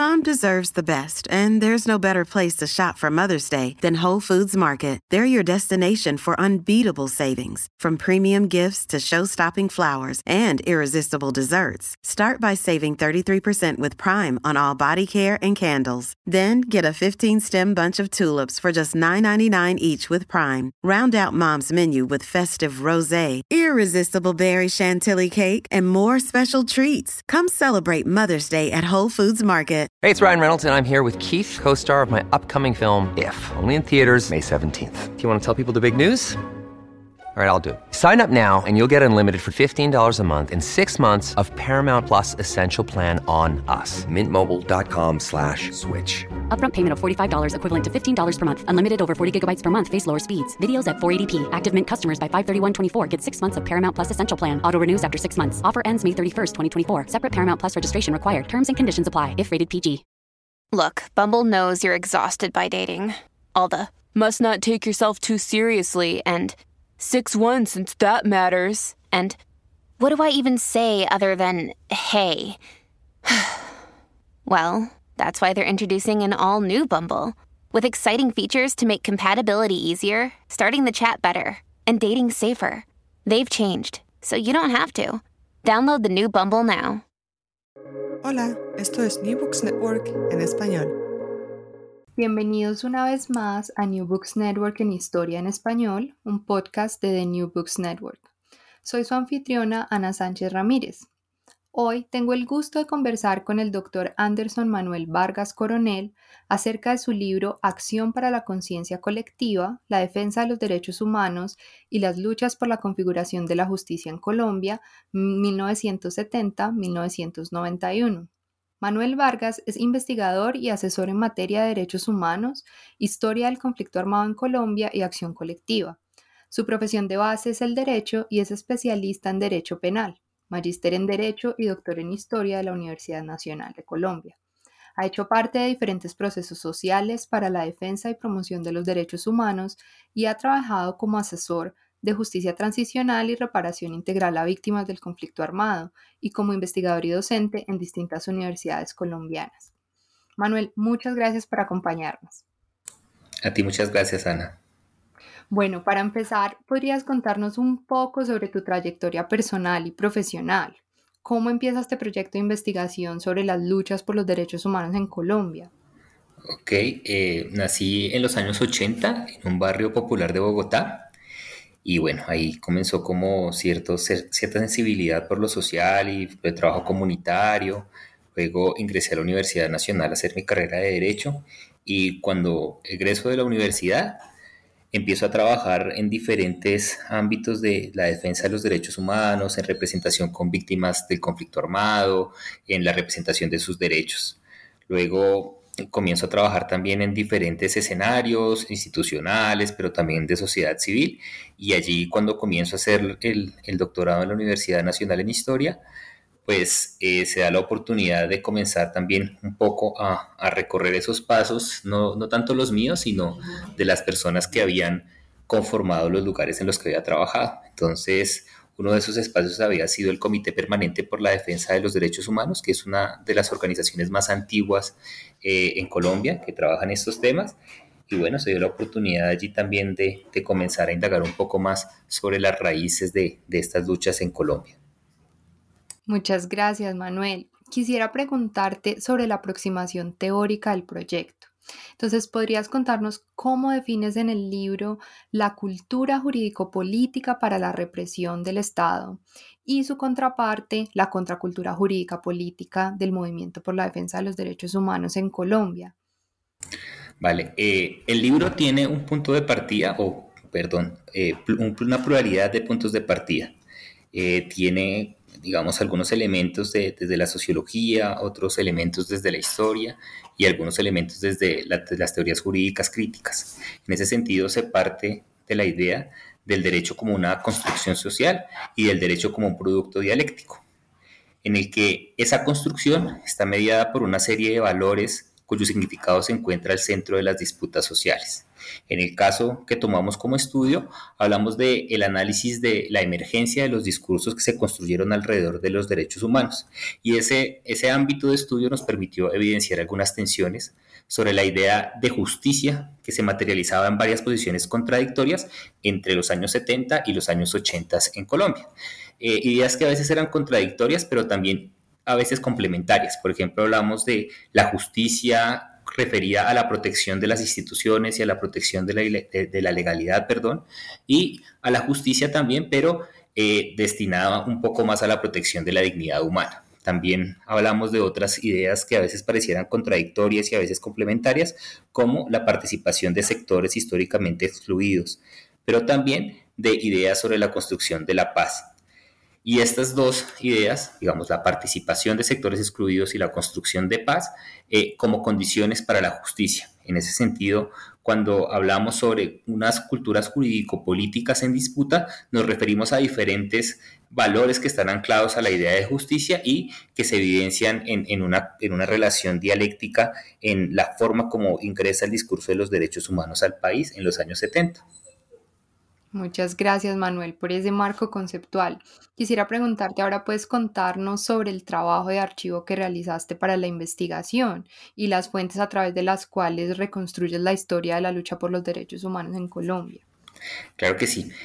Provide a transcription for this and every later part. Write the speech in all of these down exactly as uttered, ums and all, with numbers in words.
Mom deserves the best, and there's no better place to shop for Mother's Day than Whole Foods Market. They're your destination for unbeatable savings, from premium gifts to show-stopping flowers and irresistible desserts. Start by saving thirty-three percent with Prime on all body care and candles. Then get a fifteen-stem bunch of tulips for just nine ninety-nine each with Prime. Round out Mom's menu with festive rosé, irresistible berry chantilly cake, and more special treats. Come celebrate Mother's Day at Whole Foods Market. Hey, it's Ryan Reynolds, and I'm here with Keith, co-star of my upcoming film, If, only in theaters May seventeenth. Do you want to tell people the big news? All right, I'll do it. Sign up now and you'll get unlimited for fifteen dollars a month and six months of Paramount Plus Essential Plan on us. Mint Mobile dot com slash switch. Upfront payment of forty-five dollars equivalent to fifteen dollars per month. Unlimited over forty gigabytes per month. Face lower speeds. Videos at four eighty p. Active Mint customers by five thirty-one twenty-four get six months of Paramount Plus Essential Plan. Auto renews after six months. Offer ends May thirty-first, twenty twenty-four. Separate Paramount Plus registration required. Terms and conditions apply if rated P G. Look, Bumble knows you're exhausted by dating. All the must not take yourself too seriously and six one since that matters. And what do I even say other than, hey? Well, that's why they're introducing an all-new Bumble, with exciting features to make compatibility easier, starting the chat better, and dating safer. They've changed, so you don't have to. Download the new Bumble now. Hola, esto es New Books Network en español. Bienvenidos una vez más a New Books Network en Historia en Español, un podcast de The New Books Network. Soy su anfitriona Ana Sánchez Ramírez. Hoy tengo el gusto de conversar con el doctor Anderson Manuel Vargas Coronel acerca de su libro Acción para la Conciencia Colectiva, la defensa de los derechos humanos y las luchas por la configuración de la justicia en Colombia, mil novecientos setenta a mil novecientos noventa y uno. Manuel Vargas es investigador y asesor en materia de derechos humanos, historia del conflicto armado en Colombia y acción colectiva. Su profesión de base es el derecho y es especialista en derecho penal, magíster en derecho y doctor en historia de la Universidad Nacional de Colombia. Ha hecho parte de diferentes procesos sociales para la defensa y promoción de los derechos humanos y ha trabajado como asesor de justicia transicional y reparación integral a víctimas del conflicto armado y como investigador y docente en distintas universidades colombianas. Manuel, muchas gracias por acompañarnos. A ti muchas gracias, Ana. Bueno, para empezar, ¿podrías contarnos un poco sobre tu trayectoria personal y profesional? ¿Cómo empieza este proyecto de investigación sobre las luchas por los derechos humanos en Colombia? Ok, eh, nací en los años ochenta en un barrio popular de Bogotá. Y bueno, ahí comenzó como cierto, cierta sensibilidad por lo social y el trabajo comunitario. Luego ingresé a la Universidad Nacional a hacer mi carrera de Derecho y cuando egreso de la universidad empiezo a trabajar en diferentes ámbitos de la defensa de los derechos humanos, en representación con víctimas del conflicto armado, en la representación de sus derechos. Luego comienzo a trabajar también en diferentes escenarios institucionales, pero también de sociedad civil. Y allí cuando comienzo a hacer el, el doctorado en la Universidad Nacional en Historia, pues eh, se da la oportunidad de comenzar también un poco a, a recorrer esos pasos, no, no tanto los míos, sino de las personas que habían conformado los lugares en los que había trabajado. Entonces, uno de esos espacios había sido el Comité Permanente por la Defensa de los Derechos Humanos, que es una de las organizaciones más antiguas eh, en Colombia que trabajan estos temas. Y bueno, se dio la oportunidad allí también de, de comenzar a indagar un poco más sobre las raíces de, de estas luchas en Colombia. Muchas gracias, Manuel. Quisiera preguntarte sobre la aproximación teórica del proyecto. Entonces, ¿podrías contarnos cómo defines en el libro la cultura jurídico-política para la represión del Estado y su contraparte, la contracultura jurídica-política del movimiento por la defensa de los derechos humanos en Colombia? Vale, eh, el libro tiene un punto de partida, o perdón, eh, una pluralidad de puntos de partida. Eh, tiene, digamos, algunos elementos de, desde la sociología, otros elementos desde la historia y algunos elementos desde la, de las teorías jurídicas críticas. En ese sentido, se parte de la idea del derecho como una construcción social y del derecho como un producto dialéctico, en el que esa construcción está mediada por una serie de valores cuyo significado se encuentra al centro de las disputas sociales. En el caso que tomamos como estudio, hablamos del análisis de la emergencia de los discursos que se construyeron alrededor de los derechos humanos, y ese, ese ámbito de estudio nos permitió evidenciar algunas tensiones sobre la idea de justicia que se materializaba en varias posiciones contradictorias entre los años setenta y los años ochenta en Colombia. Eh, ideas que a veces eran contradictorias, pero también a veces complementarias. Por ejemplo, hablamos de la justicia referida a la protección de las instituciones y a la protección de la, de, de la legalidad, perdón, y a la justicia también, pero eh, destinada un poco más a la protección de la dignidad humana. También hablamos de otras ideas que a veces parecieran contradictorias y a veces complementarias, como la participación de sectores históricamente excluidos, pero también de ideas sobre la construcción de la paz. Y estas dos ideas, digamos, la participación de sectores excluidos y la construcción de paz, eh, como condiciones para la justicia. En ese sentido, cuando hablamos sobre unas culturas jurídico-políticas en disputa, nos referimos a diferentes valores que están anclados a la idea de justicia y que se evidencian en, en, una, en una relación dialéctica en la forma como ingresa el discurso de los derechos humanos al país en los años setenta. Muchas gracias, Manuel, por ese marco conceptual. Quisiera preguntarte, ahora puedes contarnos sobre el trabajo de archivo que realizaste para la investigación y las fuentes a través de las cuales reconstruyes la historia de la lucha por los derechos humanos en Colombia. Claro que sí.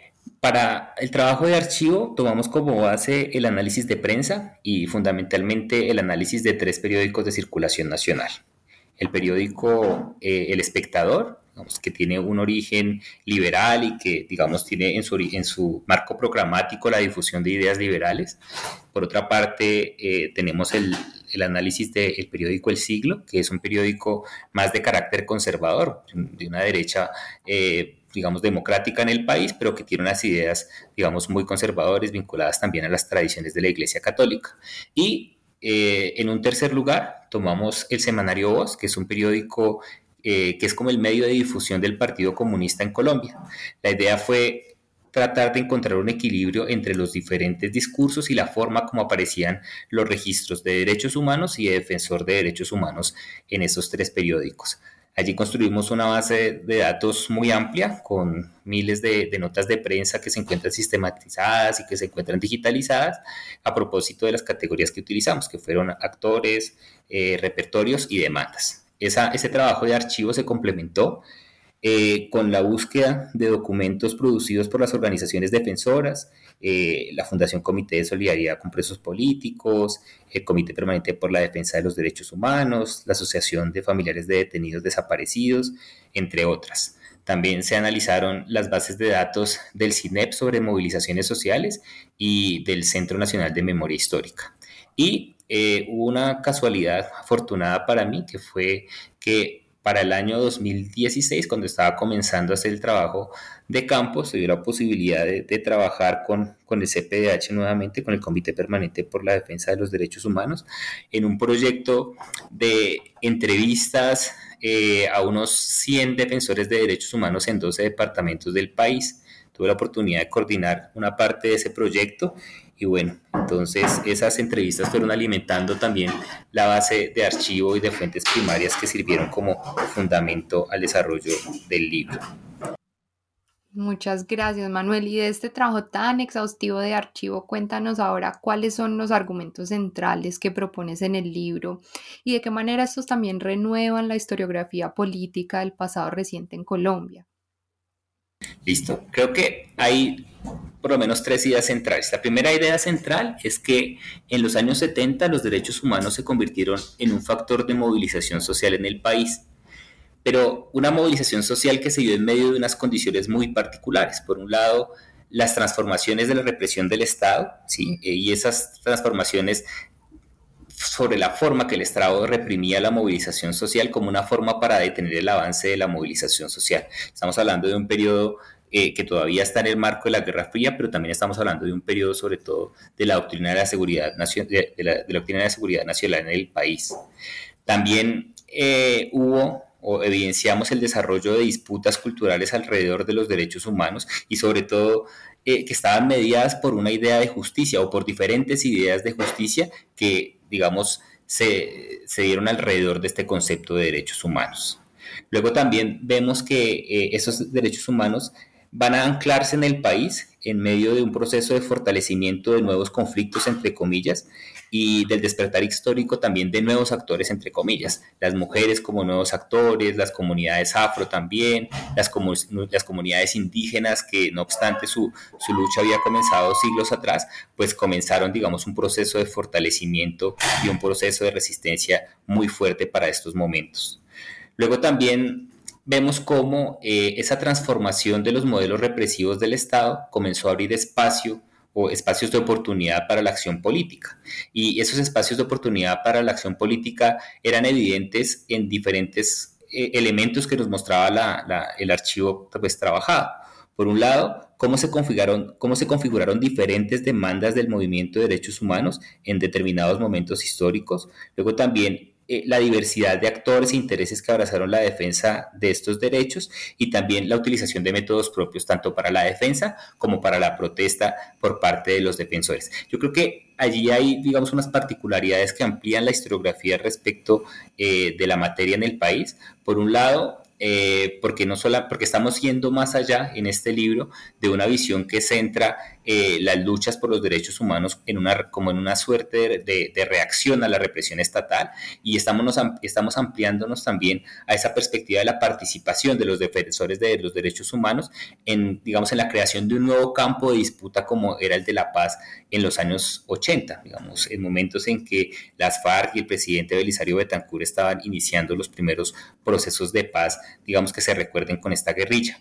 Para el trabajo de archivo tomamos como base el análisis de prensa y fundamentalmente el análisis de tres periódicos de circulación nacional. El periódico eh, El Espectador, digamos, que tiene un origen liberal y que, digamos, tiene en su, en su marco programático la difusión de ideas liberales. Por otra parte, eh, tenemos el, el análisis del periódico El Siglo, que es un periódico más de carácter conservador, de una derecha, eh, digamos, democrática en el país, pero que tiene unas ideas, digamos, muy conservadoras, vinculadas también a las tradiciones de la Iglesia Católica. Y Eh, en un tercer lugar, tomamos el semanario Voz, que es un periódico eh, que es como el medio de difusión del Partido Comunista en Colombia. La idea fue tratar de encontrar un equilibrio entre los diferentes discursos y la forma como aparecían los registros de derechos humanos y de defensor de derechos humanos en esos tres periódicos. Allí construimos una base de datos muy amplia con miles de, de notas de prensa que se encuentran sistematizadas y que se encuentran digitalizadas a propósito de las categorías que utilizamos, que fueron actores, eh, repertorios y demandas. Esa, ese trabajo de archivo se complementó eh, con la búsqueda de documentos producidos por las organizaciones defensoras, eh, la Fundación Comité de Solidaridad con Presos Políticos, el Comité Permanente por la Defensa de los Derechos Humanos, la Asociación de Familiares de Detenidos Desaparecidos, entre otras. También se analizaron las bases de datos del CINEP sobre movilizaciones sociales y del Centro Nacional de Memoria Histórica. Y eh, hubo una casualidad afortunada para mí, que fue que para el año dos mil dieciséis, cuando estaba comenzando a hacer el trabajo de campo, se dio la posibilidad de, de trabajar con, con el C P D H nuevamente, con el Comité Permanente por la Defensa de los Derechos Humanos, en un proyecto de entrevistas eh, a unos cien defensores de derechos humanos en doce departamentos del país. Tuve la oportunidad de coordinar una parte de ese proyecto y bueno, entonces esas entrevistas fueron alimentando también la base de archivo y de fuentes primarias que sirvieron como fundamento al desarrollo del libro. Muchas gracias, Manuel. Y de este trabajo tan exhaustivo de archivo, cuéntanos ahora cuáles son los argumentos centrales que propones en el libro y de qué manera estos también renuevan la historiografía política del pasado reciente en Colombia. Listo. Creo que hay por lo menos tres ideas centrales. La primera idea central es que en los años setenta los derechos humanos se convirtieron en un factor de movilización social en el país, pero una movilización social que se dio en medio de unas condiciones muy particulares. Por un lado, las transformaciones de la represión del Estado, ¿sí? Y esas transformaciones sobre la forma que el Estado reprimía la movilización social como una forma para detener el avance de la movilización social. Estamos hablando de un periodo eh, que todavía está en el marco de la Guerra Fría, pero también estamos hablando de un periodo sobre todo de la doctrina de la seguridad, de la, de la doctrina de la seguridad nacional en el país. También eh, hubo o evidenciamos el desarrollo de disputas culturales alrededor de los derechos humanos y sobre todo eh, que estaban mediadas por una idea de justicia o por diferentes ideas de justicia que, digamos, se, se dieron alrededor de este concepto de derechos humanos. Luego también vemos que eh, esos derechos humanos van a anclarse en el país en medio de un proceso de fortalecimiento de nuevos conflictos, entre comillas, y del despertar histórico también de nuevos actores, entre comillas, las mujeres como nuevos actores, las comunidades afro también, las, comu- las comunidades indígenas que no obstante su, su lucha había comenzado siglos atrás, pues comenzaron, digamos, un proceso de fortalecimiento y un proceso de resistencia muy fuerte para estos momentos. Luego también vemos cómo eh, esa transformación de los modelos represivos del Estado comenzó a abrir espacio o espacios de oportunidad para la acción política. Y esos espacios de oportunidad para la acción política eran evidentes en diferentes eh, elementos que nos mostraba la, la, el archivo pues, trabajado. Por un lado, cómo se configuraron, cómo se configuraron diferentes demandas del movimiento de derechos humanos en determinados momentos históricos. Luego también eh, la diversidad de actores e intereses que abrazaron la defensa de estos derechos y también la utilización de métodos propios tanto para la defensa como para la protesta por parte de los defensores. Yo creo que allí hay, digamos, unas particularidades que amplían la historiografía respecto eh, de la materia en el país. Por un lado, Eh, porque no solo, porque estamos yendo más allá en este libro de una visión que centra eh, las luchas por los derechos humanos en una, como en una suerte de, de, de reacción a la represión estatal, y estamos, estamos ampliándonos también a esa perspectiva de la participación de los defensores de los derechos humanos en, digamos, en la creación de un nuevo campo de disputa como era el de la paz en los años ochenta, digamos, en momentos en que las FARC y el presidente Belisario Betancur estaban iniciando los primeros procesos de paz, digamos, que se recuerden con esta guerrilla.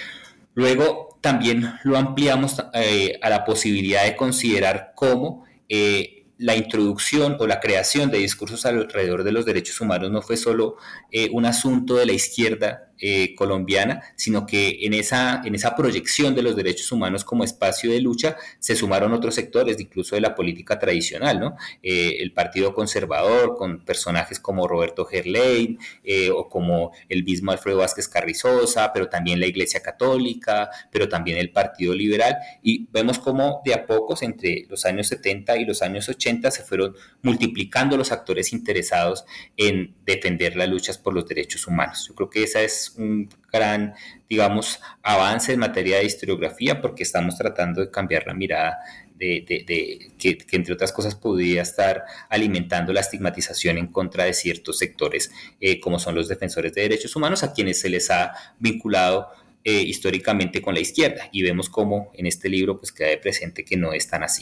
Luego también lo ampliamos eh, a la posibilidad de considerar cómo eh, la introducción o la creación de discursos alrededor de los derechos humanos no fue solo eh, un asunto de la izquierda eh, colombiana, sino que en esa, en esa proyección de los derechos humanos como espacio de lucha se sumaron otros sectores, incluso de la política tradicional, ¿no? Eh, el Partido Conservador, con personajes como Roberto Gerlain eh, o como el mismo Alfredo Vázquez Carrizosa, pero también la Iglesia Católica, pero también el Partido Liberal, y vemos cómo de a pocos entre los años setenta y los años ochenta se fueron multiplicando los actores interesados en defender las luchas por los derechos humanos. Yo creo que esa es un gran, digamos, avance en materia de historiografía, porque estamos tratando de cambiar la mirada de, de, de que, que entre otras cosas podría estar alimentando la estigmatización en contra de ciertos sectores eh, como son los defensores de derechos humanos, a quienes se les ha vinculado eh, históricamente con la izquierda, y vemos cómo en este libro pues queda de presente que no es tan así.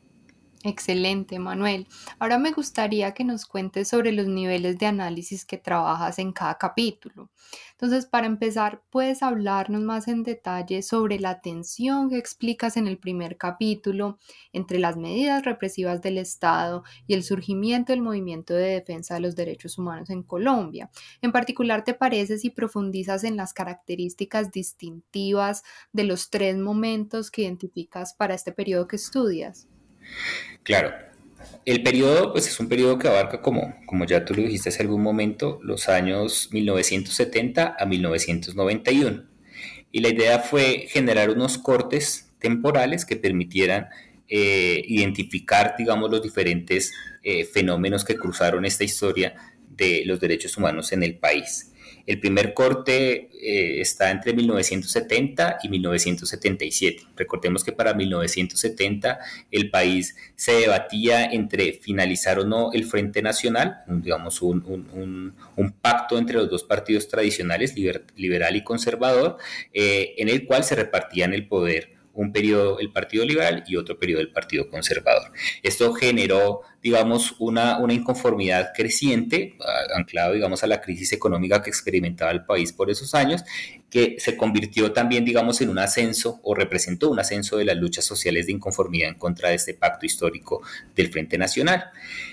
Excelente, Manuel. Ahora me gustaría que nos cuentes sobre los niveles de análisis que trabajas en cada capítulo. Entonces, para empezar, ¿puedes hablarnos más en detalle sobre la tensión que explicas en el primer capítulo entre las medidas represivas del Estado y el surgimiento del movimiento de defensa de los derechos humanos en Colombia? En particular, ¿te parece si profundizas en las características distintivas de los tres momentos que identificas para este periodo que estudias? Claro, el periodo pues, es un periodo que abarca, como, como ya tú lo dijiste hace algún momento, los años mil novecientos setenta a mil novecientos noventa y uno. Y la idea fue generar unos cortes temporales que permitieran eh, identificar, digamos, los diferentes eh, fenómenos que cruzaron esta historia de los derechos humanos en el país. El primer corte eh, está entre mil novecientos setenta y mil novecientos setenta y siete. Recordemos que para mil novecientos setenta el país se debatía entre finalizar o no el Frente Nacional, un, digamos un, un, un, un pacto entre los dos partidos tradicionales, liber, liberal y conservador, eh, en el cual se repartían el poder un periodo el Partido Liberal y otro periodo el Partido Conservador. Esto generó, digamos, una, una inconformidad creciente, anclado, digamos, a la crisis económica que experimentaba el país por esos años, que se convirtió también, digamos, en un ascenso o representó un ascenso de las luchas sociales de inconformidad en contra de este pacto histórico del Frente Nacional.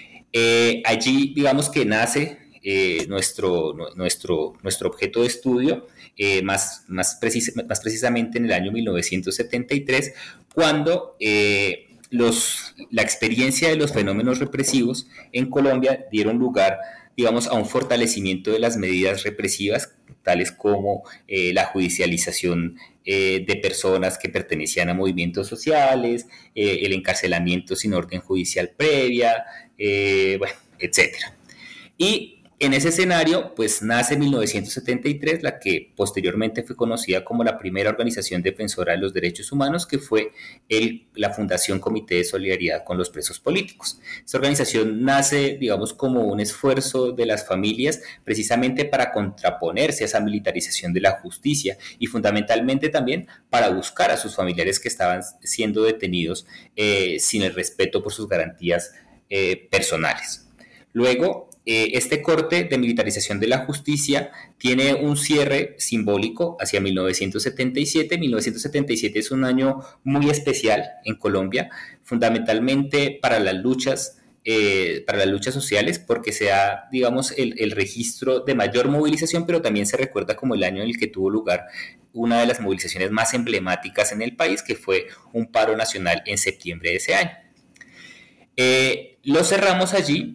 Eh, allí, digamos, que nace eh, nuestro, nuestro, nuestro objeto de estudio, Eh, más, más, precis- más precisamente en el año mil novecientos setenta y tres, cuando eh, los, la experiencia de los fenómenos represivos en Colombia dieron lugar, digamos, a un fortalecimiento de las medidas represivas, tales como eh, la judicialización eh, de personas que pertenecían a movimientos sociales, eh, el encarcelamiento sin orden judicial previa, eh, bueno, etcétera. Y en ese escenario, pues nace en mil novecientos setenta y tres la que posteriormente fue conocida como la primera organización defensora de los derechos humanos, que fue el, la Fundación Comité de Solidaridad con los Presos Políticos. Esta organización nace, digamos, como un esfuerzo de las familias precisamente para contraponerse a esa militarización de la justicia y fundamentalmente también para buscar a sus familiares que estaban siendo detenidos eh, sin el respeto por sus garantías eh, personales. Luego, Eh, este corte de militarización de la justicia tiene un cierre simbólico hacia mil novecientos setenta y siete. mil novecientos setenta y siete es un año muy especial en Colombia, fundamentalmente para las luchas, eh, para las luchas sociales, porque se da, digamos, el, el registro de mayor movilización, pero también se recuerda como el año en el que tuvo lugar una de las movilizaciones más emblemáticas en el país, que fue un paro nacional en septiembre de ese año. Eh, lo cerramos allí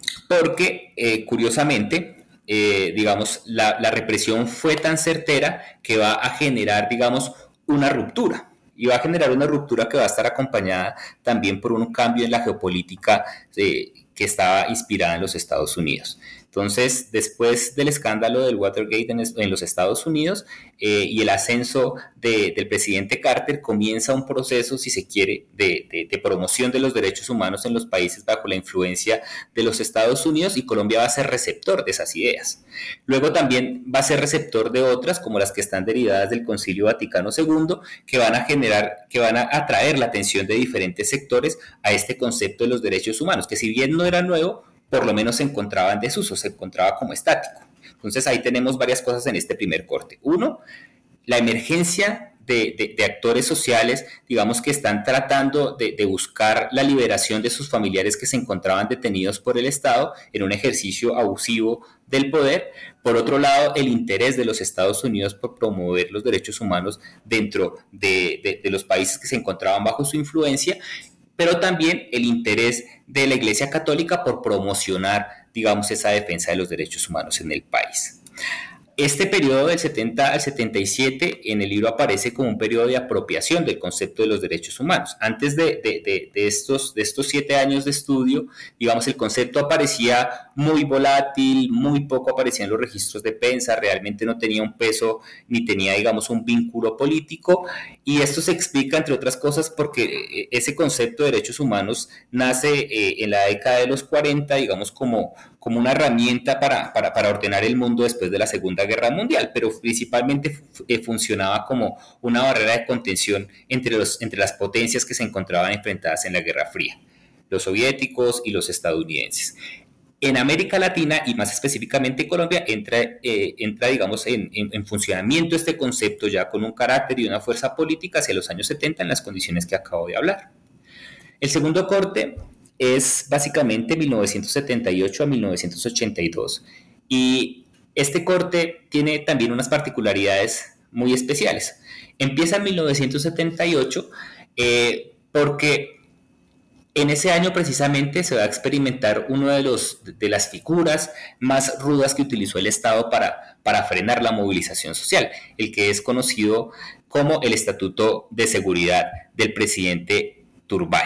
porque, eh, curiosamente, eh, digamos, la, la represión fue tan certera que va a generar, digamos, una ruptura. Y va a generar una ruptura que va a estar acompañada también por un cambio en la geopolítica eh, que estaba inspirada en los Estados Unidos. Entonces, después del escándalo del Watergate en, en los Estados Unidos eh, y el ascenso de, del presidente Carter, comienza un proceso, si se quiere, de, de, de promoción de los derechos humanos en los países bajo la influencia de los Estados Unidos, y Colombia va a ser receptor de esas ideas. Luego también va a ser receptor de otras, como las que están derivadas del Concilio Vaticano segundo, que van a generar, que van a atraer la atención de diferentes sectores a este concepto de los derechos humanos, que si bien no era nuevo, por lo menos se encontraba en desuso, se encontraba como estático. Entonces ahí tenemos varias cosas en este primer corte. Uno, la emergencia de, de, de actores sociales, digamos, que están tratando de, de buscar la liberación de sus familiares que se encontraban detenidos por el Estado en un ejercicio abusivo del poder. Por otro lado, el interés de los Estados Unidos por promover los derechos humanos dentro de, de, de los países que se encontraban bajo su influencia, pero también el interés de la Iglesia Católica por promocionar, digamos, esa defensa de los derechos humanos en el país. Este periodo del setenta al setenta y siete en el libro aparece como un periodo de apropiación del concepto de los derechos humanos. Antes de, de, de, de, estos, de estos siete años de estudio, digamos, el concepto aparecía muy volátil, muy poco aparecía en los registros de prensa, realmente no tenía un peso ni tenía, digamos, un vínculo político, y esto se explica, entre otras cosas, porque ese concepto de derechos humanos nace eh, en la década de los cuarenta, digamos, como, como una herramienta para, para, para ordenar el mundo después de la Segunda Guerra Mundial, pero principalmente eh, funcionaba como una barrera de contención entre, los, entre las potencias que se encontraban enfrentadas en la Guerra Fría, los soviéticos y los estadounidenses. En América Latina y más específicamente Colombia entra, eh, entra digamos, en, en, en funcionamiento este concepto ya con un carácter y una fuerza política hacia los años setenta en las condiciones que acabo de hablar. El segundo corte es básicamente mil novecientos setenta y ocho a mil novecientos ochenta y dos, y este corte tiene también unas particularidades muy especiales. Empieza en mil novecientos setenta y ocho eh, porque en ese año precisamente se va a experimentar una de, los, de las figuras más rudas que utilizó el Estado para, para frenar la movilización social, el que es conocido como el Estatuto de Seguridad del presidente Turbay.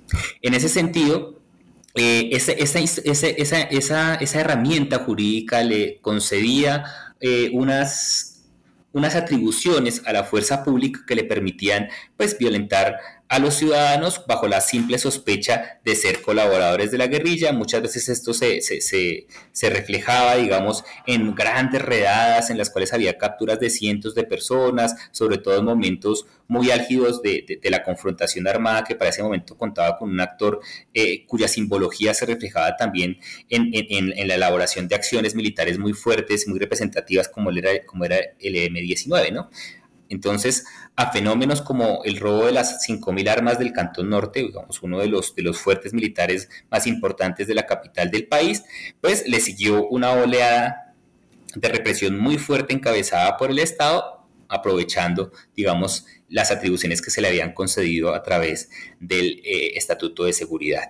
En ese sentido, eh, esa, esa, esa, esa, esa, esa herramienta jurídica le concedía eh, unas, unas atribuciones a la fuerza pública que le permitían, pues, violentar a los ciudadanos bajo la simple sospecha de ser colaboradores de la guerrilla. Muchas veces esto se, se, se, se reflejaba, digamos, en grandes redadas en las cuales había capturas de cientos de personas, sobre todo en momentos muy álgidos de, de, de la confrontación armada, que para ese momento contaba con un actor eh, cuya simbología se reflejaba también en, en, en la elaboración de acciones militares muy fuertes, muy representativas, como era, como era el eme diecinueve, ¿no? Entonces, a fenómenos como el robo de las cinco mil armas del Cantón Norte, digamos, uno de los, de los fuertes militares más importantes de la capital del país, pues le siguió una oleada de represión muy fuerte encabezada por el Estado, aprovechando, digamos, las atribuciones que se le habían concedido a través del eh, Estatuto de Seguridad.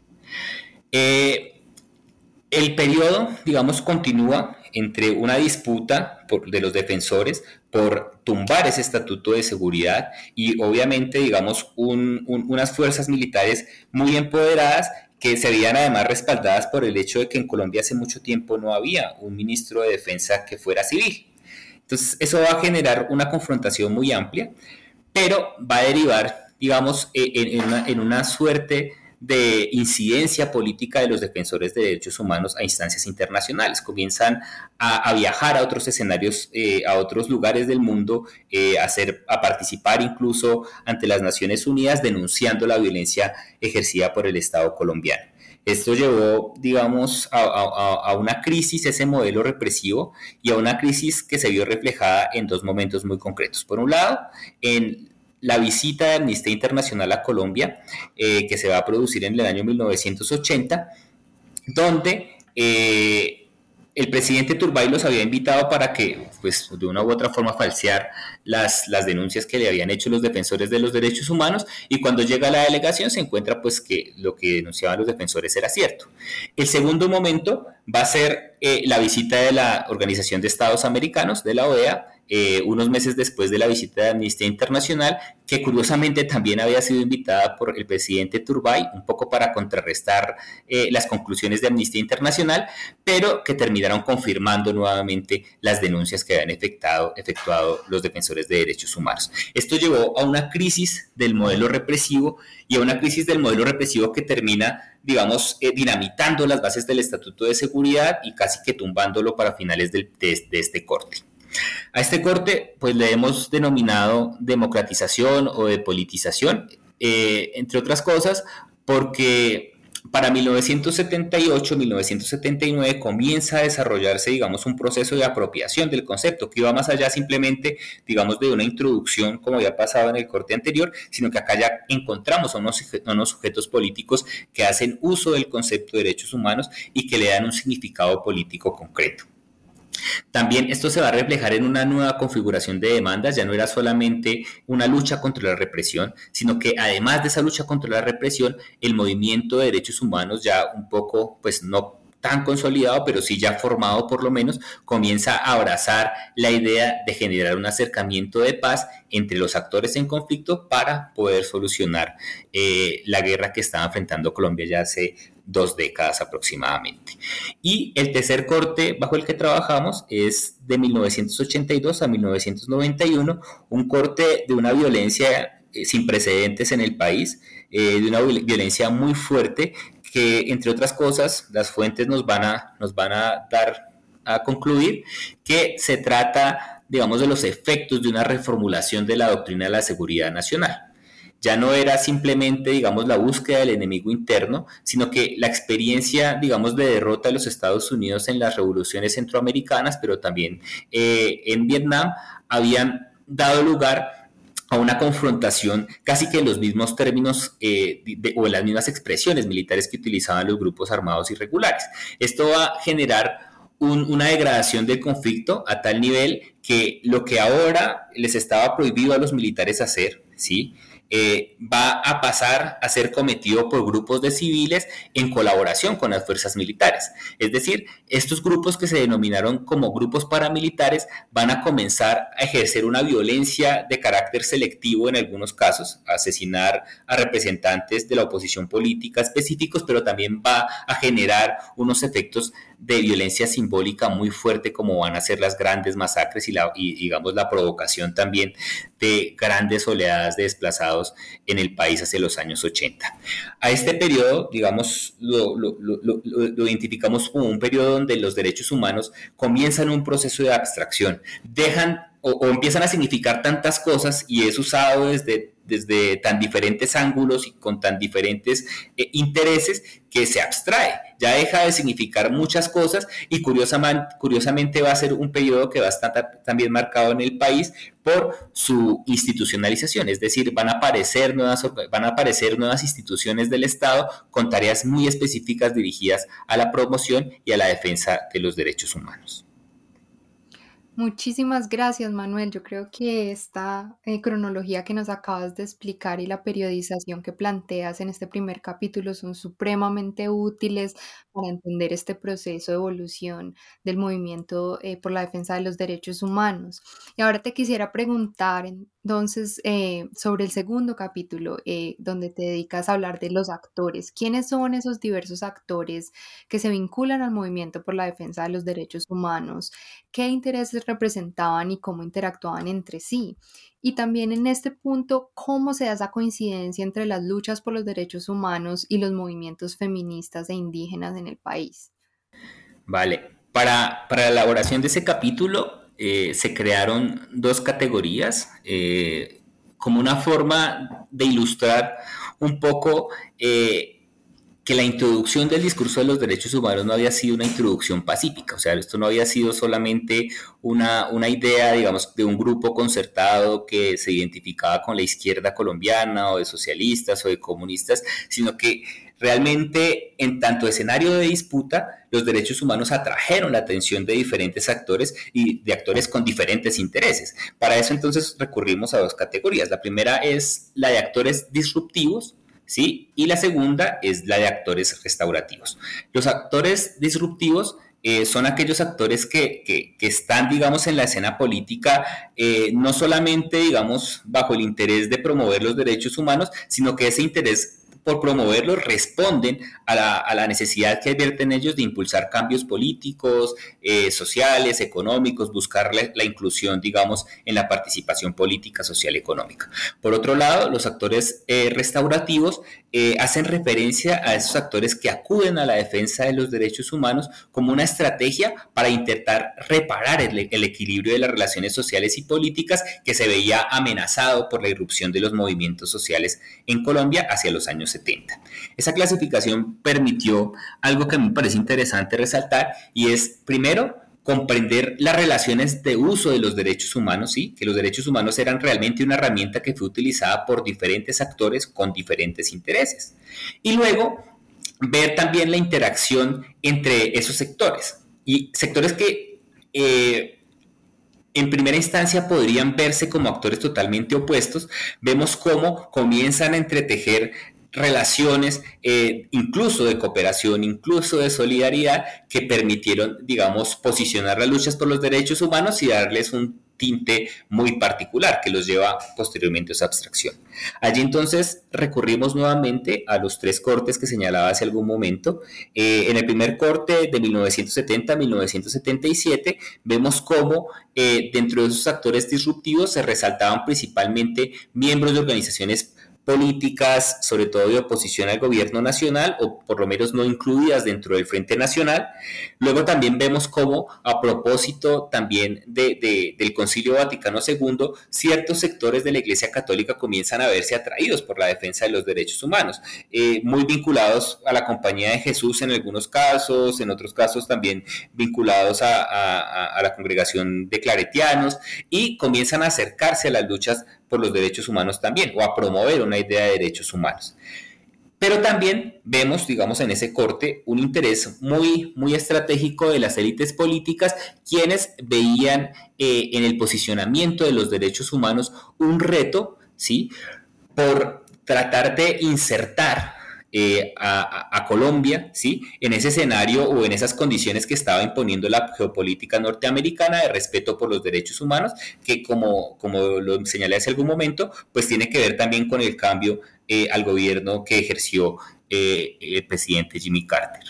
Eh, el periodo, digamos, continúa entre una disputa por, de los defensores por tumbar ese estatuto de seguridad y obviamente, digamos, un, un, unas fuerzas militares muy empoderadas que se veían además respaldadas por el hecho de que en Colombia hace mucho tiempo no había un ministro de defensa que fuera civil. Entonces, eso va a generar una confrontación muy amplia, pero va a derivar, digamos, en, en, una, en una suerte de incidencia política de los defensores de derechos humanos a instancias internacionales. Comienzan a, a viajar a otros escenarios, eh, a otros lugares del mundo, eh, a, hacer, a participar incluso ante las Naciones Unidas denunciando la violencia ejercida por el Estado colombiano. Esto llevó, digamos, a, a, a, una crisis, ese modelo represivo, y a una crisis que se vio reflejada en dos momentos muy concretos. Por un lado, en la visita de Amnistía Internacional a Colombia, eh, que se va a producir en el año mil novecientos ochenta, donde eh, el presidente Turbay los había invitado para que, pues, de una u otra forma falsear las, las denuncias que le habían hecho los defensores de los derechos humanos, y cuando llega a la delegación se encuentra pues que lo que denunciaban los defensores era cierto. El segundo momento va a ser eh, la visita de la Organización de Estados Americanos, de la O E A, Eh, unos meses después de la visita de Amnistía Internacional, que curiosamente también había sido invitada por el presidente Turbay, un poco para contrarrestar eh, las conclusiones de Amnistía Internacional, pero que terminaron confirmando nuevamente las denuncias que habían efectuado, efectuado los defensores de derechos humanos. Esto llevó a una crisis del modelo represivo y a una crisis del modelo represivo que termina, digamos, eh, dinamitando las bases del Estatuto de Seguridad y casi que tumbándolo para finales del, de, de este corte. A este corte pues le hemos denominado democratización o depolitización, eh, entre otras cosas porque para mil novecientos setenta y ocho, mil novecientos setenta y nueve comienza a desarrollarse, digamos, un proceso de apropiación del concepto que iba más allá simplemente, digamos, de una introducción como había pasado en el corte anterior, sino que acá ya encontramos a unos, a unos sujetos políticos que hacen uso del concepto de derechos humanos y que le dan un significado político concreto. También esto se va a reflejar en una nueva configuración de demandas. Ya no era solamente una lucha contra la represión, sino que además de esa lucha contra la represión, el movimiento de derechos humanos, ya un poco, pues no tan consolidado, pero sí ya formado por lo menos, comienza a abrazar la idea de generar un acercamiento de paz entre los actores en conflicto para poder solucionar eh, la guerra que estaba enfrentando Colombia ya hace dos décadas aproximadamente. Y el tercer corte bajo el que trabajamos es de mil novecientos ochenta y dos a mil novecientos noventa y uno, un corte de una violencia eh, sin precedentes en el país, eh, de una violencia muy fuerte que, entre otras cosas, las fuentes nos van a, nos van a dar a concluir que se trata, digamos, de los efectos de una reformulación de la doctrina de la seguridad nacional. Ya no era simplemente, digamos, la búsqueda del enemigo interno, sino que la experiencia, digamos, de derrota de los Estados Unidos en las revoluciones centroamericanas, pero también eh, en Vietnam, habían dado lugar a una confrontación casi que en los mismos términos eh, de, o en las mismas expresiones militares que utilizaban los grupos armados irregulares. Esto va a generar un, una degradación del conflicto a tal nivel que lo que ahora les estaba prohibido a los militares hacer, ¿sí?, Eh, va a pasar a ser cometido por grupos de civiles en colaboración con las fuerzas militares. Es decir, estos grupos que se denominaron como grupos paramilitares van a comenzar a ejercer una violencia de carácter selectivo en algunos casos, a asesinar a representantes de la oposición política específicos, pero también va a generar unos efectos de violencia simbólica muy fuerte, como van a ser las grandes masacres y, la, y digamos la provocación también de grandes oleadas de desplazados en el país hacia los años ochenta. A este periodo, digamos, lo, lo, lo, lo, lo identificamos como un periodo donde los derechos humanos comienzan un proceso de abstracción, dejan o, o empiezan a significar tantas cosas y es usado desde, desde tan diferentes ángulos y con tan diferentes eh, intereses que se abstrae, ya deja de significar muchas cosas y curiosamente, curiosamente va a ser un periodo que va a estar también marcado en el país por su institucionalización, es decir, van a aparecer nuevas, van a aparecer nuevas instituciones del Estado con tareas muy específicas dirigidas a la promoción y a la defensa de los derechos humanos. Muchísimas gracias, Manuel. Yo creo que esta eh, cronología que nos acabas de explicar y la periodización que planteas en este primer capítulo son supremamente útiles para entender este proceso de evolución del movimiento eh, por la defensa de los derechos humanos. Y ahora te quisiera preguntar entonces eh, sobre el segundo capítulo, eh, donde te dedicas a hablar de los actores. ¿Quiénes son esos diversos actores que se vinculan al movimiento por la defensa de los derechos humanos? ¿Qué intereses representaban y cómo interactuaban entre sí? Y también en este punto, ¿cómo se da esa coincidencia entre las luchas por los derechos humanos y los movimientos feministas e indígenas en el país? Vale, para, para la elaboración de ese capítulo eh, se crearon dos categorías eh, como una forma de ilustrar un poco eh, que la introducción del discurso de los derechos humanos no había sido una introducción pacífica, o sea, esto no había sido solamente una, una idea, digamos, de un grupo concertado que se identificaba con la izquierda colombiana o de socialistas o de comunistas, sino que realmente en tanto escenario de disputa, los derechos humanos atrajeron la atención de diferentes actores y de actores con diferentes intereses. Para eso entonces recurrimos a dos categorías. La primera es la de actores disruptivos, ¿sí? Y la segunda es la de actores restaurativos. Los actores disruptivos eh, son aquellos actores que, que, que están, digamos, en la escena política, eh, no solamente, digamos, bajo el interés de promover los derechos humanos, sino que ese interés por promoverlos responden a la, a la necesidad que advierten ellos de impulsar cambios políticos, eh, sociales, económicos, buscar la, la inclusión, digamos, en la participación política, social y económica. Por otro lado, los actores eh, restaurativos eh, hacen referencia a esos actores que acuden a la defensa de los derechos humanos como una estrategia para intentar reparar el, el equilibrio de las relaciones sociales y políticas que se veía amenazado por la irrupción de los movimientos sociales en Colombia hacia los años setenta. Esa clasificación permitió algo que a mí me parece interesante resaltar, y es, primero, comprender las relaciones de uso de los derechos humanos, ¿sí? Que los derechos humanos eran realmente una herramienta que fue utilizada por diferentes actores con diferentes intereses. Y luego, ver también la interacción entre esos sectores, y sectores que eh, en primera instancia podrían verse como actores totalmente opuestos. Vemos cómo comienzan a entretejer relaciones, eh, incluso de cooperación, incluso de solidaridad, que permitieron, digamos, posicionar las luchas por los derechos humanos y darles un tinte muy particular que los lleva posteriormente a esa abstracción. Allí entonces recurrimos nuevamente a los tres cortes que señalaba hace algún momento. Eh, en el primer corte de mil novecientos setenta a mil novecientos setenta y siete vemos cómo eh, dentro de esos actores disruptivos se resaltaban principalmente miembros de organizaciones políticas, sobre todo de oposición al gobierno nacional, o por lo menos no incluidas dentro del Frente Nacional. Luego también vemos cómo, a propósito también de, de, del Concilio Vaticano segundo, ciertos sectores de la Iglesia Católica comienzan a verse atraídos por la defensa de los derechos humanos, eh, muy vinculados a la Compañía de Jesús en algunos casos, en otros casos también vinculados a, a, a la congregación de claretianos, y comienzan a acercarse a las luchas por los derechos humanos también, o a promover una idea de derechos humanos. Pero también vemos, digamos, en ese corte un interés muy, muy estratégico de las élites políticas, quienes veían eh, en el posicionamiento de los derechos humanos un reto, ¿sí?, por tratar de insertar Eh, a, a Colombia, ¿sí?, en ese escenario o en esas condiciones que estaba imponiendo la geopolítica norteamericana de respeto por los derechos humanos, que como, como lo señalé hace algún momento, pues tiene que ver también con el cambio eh, al gobierno que ejerció eh, el presidente Jimmy Carter.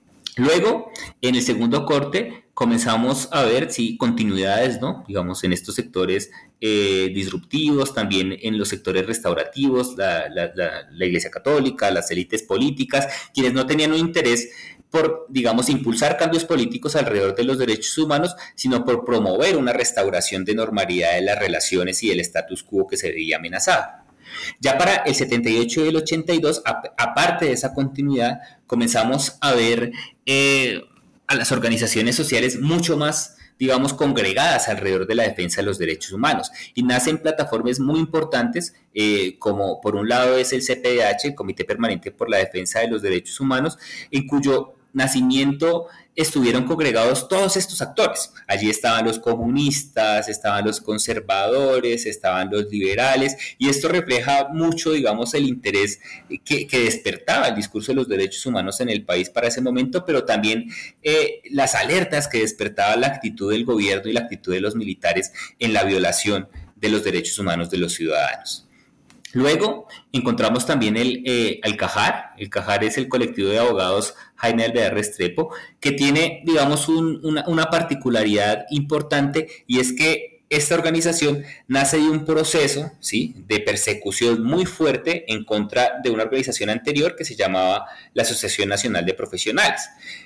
Luego, en el segundo corte, comenzamos a ver, sí, continuidades, ¿no?, digamos, en estos sectores eh, disruptivos, también en los sectores restaurativos, la, la, la, la Iglesia Católica, las élites políticas, quienes no tenían un interés por, digamos, impulsar cambios políticos alrededor de los derechos humanos, sino por promover una restauración de normalidad de las relaciones y del status quo que se veía amenazado. Ya para el setenta y ocho y el ochenta y dos, aparte de esa continuidad, comenzamos a ver eh, a las organizaciones sociales mucho más, digamos, congregadas alrededor de la defensa de los derechos humanos, y nacen plataformas muy importantes, eh, como por un lado es el C P D H, el Comité Permanente por la Defensa de los Derechos Humanos, en cuyo nacimiento estuvieron congregados todos estos actores. Allí estaban los comunistas, estaban los conservadores, estaban los liberales, y esto refleja mucho, digamos, el interés que, que despertaba el discurso de los derechos humanos en el país para ese momento, pero también eh, las alertas que despertaba la actitud del gobierno y la actitud de los militares en la violación de los derechos humanos de los ciudadanos. Luego encontramos también el, eh, el CAJAR. El CAJAR es el colectivo de abogados Jaime Alvear Restrepo, que tiene, digamos, un, una, una particularidad importante, y es que esta organización nace de un proceso, ¿sí?, de persecución muy fuerte en contra de una organización anterior que se llamaba la Asociación Nacional de Profesionales.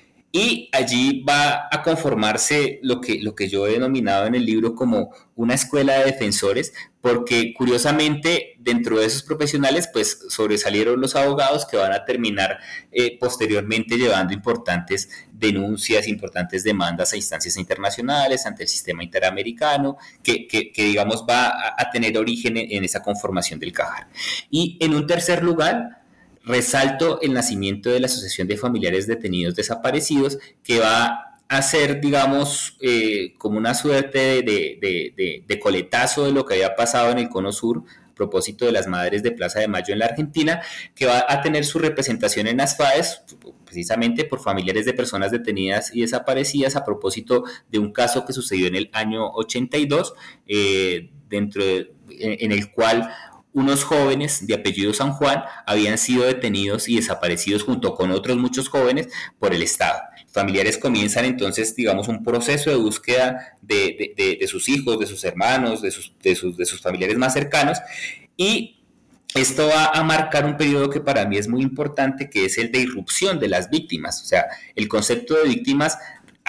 Y allí va a conformarse lo que, lo que yo he denominado en el libro como una escuela de defensores, porque curiosamente dentro de esos profesionales pues sobresalieron los abogados que van a terminar eh, posteriormente llevando importantes denuncias, importantes demandas a instancias internacionales, ante el sistema interamericano, que, que, que digamos va a, a tener origen en, en esa conformación del CAJAR. Y en un tercer lugar, resalto el nacimiento de la Asociación de Familiares Detenidos Desaparecidos, que va a ser, digamos, eh, como una suerte de, de, de, de coletazo de lo que había pasado en el Cono Sur, a propósito de las Madres de Plaza de Mayo en la Argentina, que va a tener su representación en las FAES, precisamente por familiares de personas detenidas y desaparecidas, a propósito de un caso que sucedió en el año ochenta y dos, eh, dentro de, en, en el cual unos jóvenes de apellido San Juan habían sido detenidos y desaparecidos junto con otros muchos jóvenes por el Estado. Los familiares comienzan entonces, digamos, un proceso de búsqueda de, de, de, de sus hijos, de sus hermanos, de sus, de, sus, de sus familiares más cercanos, y esto va a marcar un periodo que para mí es muy importante, que es el de irrupción de las víctimas. O sea, el concepto de víctimas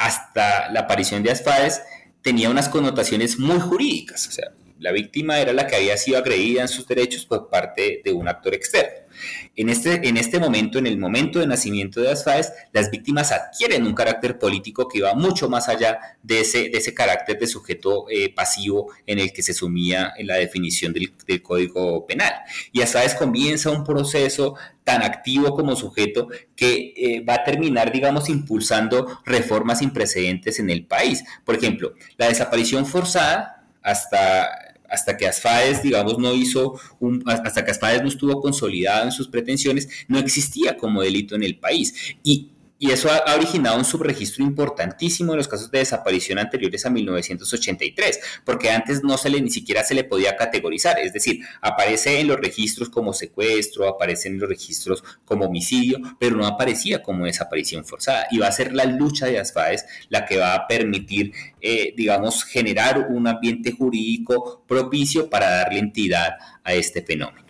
hasta la aparición de las FAES tenía unas connotaciones muy jurídicas. O sea, la víctima era la que había sido agredida en sus derechos por parte de un actor externo. En este, en este momento, en el momento de nacimiento de las FAES, las víctimas adquieren un carácter político que va mucho más allá de ese, de ese carácter de sujeto eh, pasivo en el que se sumía en la definición del, del Código Penal. Y las FAES comienza un proceso tan activo como sujeto que eh, va a terminar, digamos, impulsando reformas sin precedentes en el país. Por ejemplo, la desaparición forzada hasta... hasta que ASFAES, digamos, no hizo, un, hasta que ASFAES no estuvo consolidado en sus pretensiones, no existía como delito en el país. Y, y eso ha, ha originado un subregistro importantísimo en los casos de desaparición anteriores a mil novecientos ochenta y tres, porque antes no se le, ni siquiera se le podía categorizar, es decir, aparece en los registros como secuestro, aparece en los registros como homicidio, pero no aparecía como desaparición forzada. Y va a ser la lucha de ASFAES la que va a permitir, eh, digamos, generar un ambiente jurídico propicio para darle entidad a este fenómeno.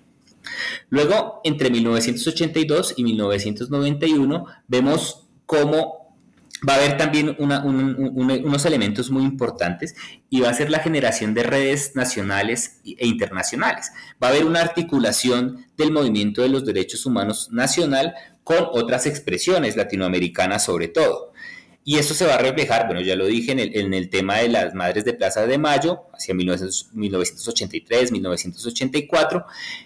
Luego, entre mil novecientos ochenta y dos y mil novecientos noventa y uno, vemos cómo va a haber también una, un, un, unos elementos muy importantes, y va a ser la generación de redes nacionales e internacionales. Va a haber una articulación del movimiento de los derechos humanos nacional con otras expresiones latinoamericanas sobre todo. Y eso se va a reflejar, bueno, ya lo dije, en el, en el tema de las Madres de Plaza de Mayo, hacia mil novecientos ochenta y tres, mil novecientos ochenta y cuatro,